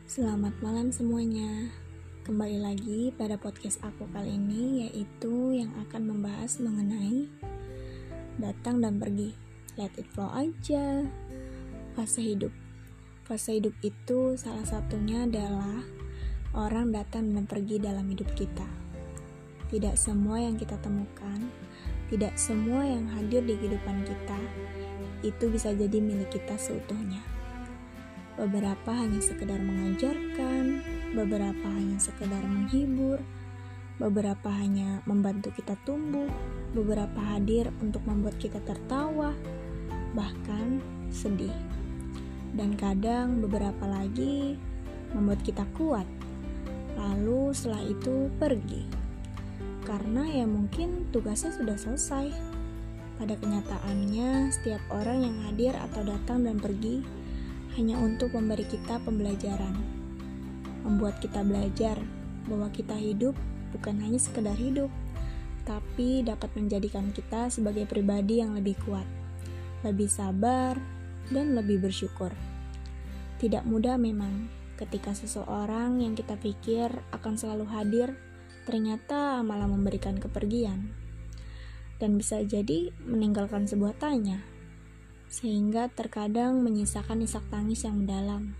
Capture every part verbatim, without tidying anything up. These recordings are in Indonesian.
Selamat malam semuanya. Kembali lagi pada podcast aku kali ini, yaitu yang akan membahas mengenai datang dan pergi. Let it flow aja. Fase hidup. Fase hidup itu salah satunya adalah orang datang dan pergi dalam hidup kita. Tidak semua yang kita temukan, tidak semua yang hadir di kehidupan kita itu bisa jadi milik kita seutuhnya. Beberapa hanya sekedar mengajarkan, beberapa hanya sekedar menghibur, beberapa hanya membantu kita tumbuh, beberapa hadir untuk membuat kita tertawa, bahkan sedih. Dan kadang beberapa lagi membuat kita kuat, lalu setelah itu pergi. Karena ya mungkin tugasnya sudah selesai. Pada kenyataannya, setiap orang yang hadir atau datang dan pergi hanya untuk memberi kita pembelajaran, membuat kita belajar bahwa kita hidup bukan hanya sekedar hidup, tapi dapat menjadikan kita sebagai pribadi yang lebih kuat, lebih sabar, dan lebih bersyukur. Tidak mudah memang ketika seseorang yang kita pikir akan selalu hadir, ternyata malah memberikan kepergian, dan bisa jadi meninggalkan sebuah tanya, sehingga terkadang menyisakan isak tangis yang mendalam.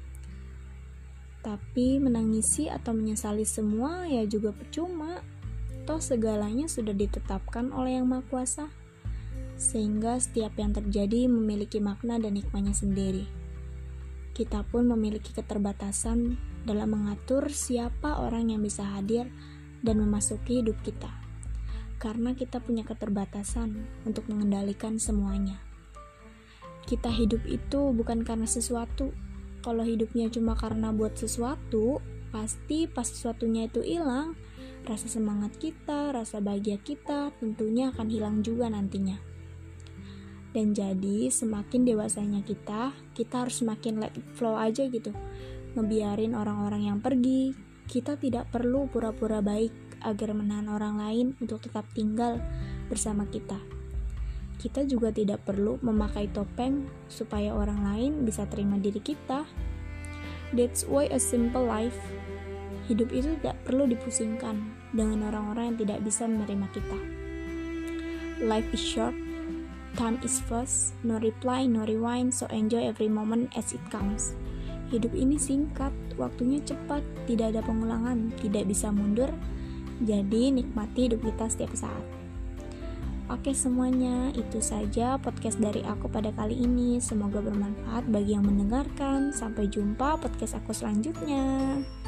Tapi menangisi atau menyesali semua ya juga percuma, toh segalanya sudah ditetapkan oleh Yang Maha Kuasa, sehingga setiap yang terjadi memiliki makna dan hikmahnya sendiri. Kita pun memiliki keterbatasan dalam mengatur siapa orang yang bisa hadir dan memasuki hidup kita, karena kita punya keterbatasan untuk mengendalikan semuanya. Kita hidup itu bukan karena sesuatu. Kalau hidupnya cuma karena buat sesuatu, pasti pas sesuatunya itu hilang, rasa semangat kita, rasa bahagia kita tentunya akan hilang juga nantinya. Dan jadi semakin dewasanya kita, kita harus semakin let it flow aja gitu. Ngebiarin orang-orang yang pergi. Kita tidak perlu pura-pura baik agar menahan orang lain untuk tetap tinggal bersama kita. Kita juga tidak perlu memakai topeng supaya orang lain bisa terima diri kita. That's why a simple life. Hidup itu tidak perlu dipusingkan dengan orang-orang yang tidak bisa menerima kita. Life is short, time is fast, no reply, no rewind, so enjoy every moment as it comes. Hidup ini singkat, waktunya cepat, tidak ada pengulangan, tidak bisa mundur, jadi nikmati hidup kita setiap saat. Oke semuanya, itu saja podcast dari aku pada kali ini. Semoga bermanfaat bagi yang mendengarkan. Sampai jumpa podcast aku selanjutnya.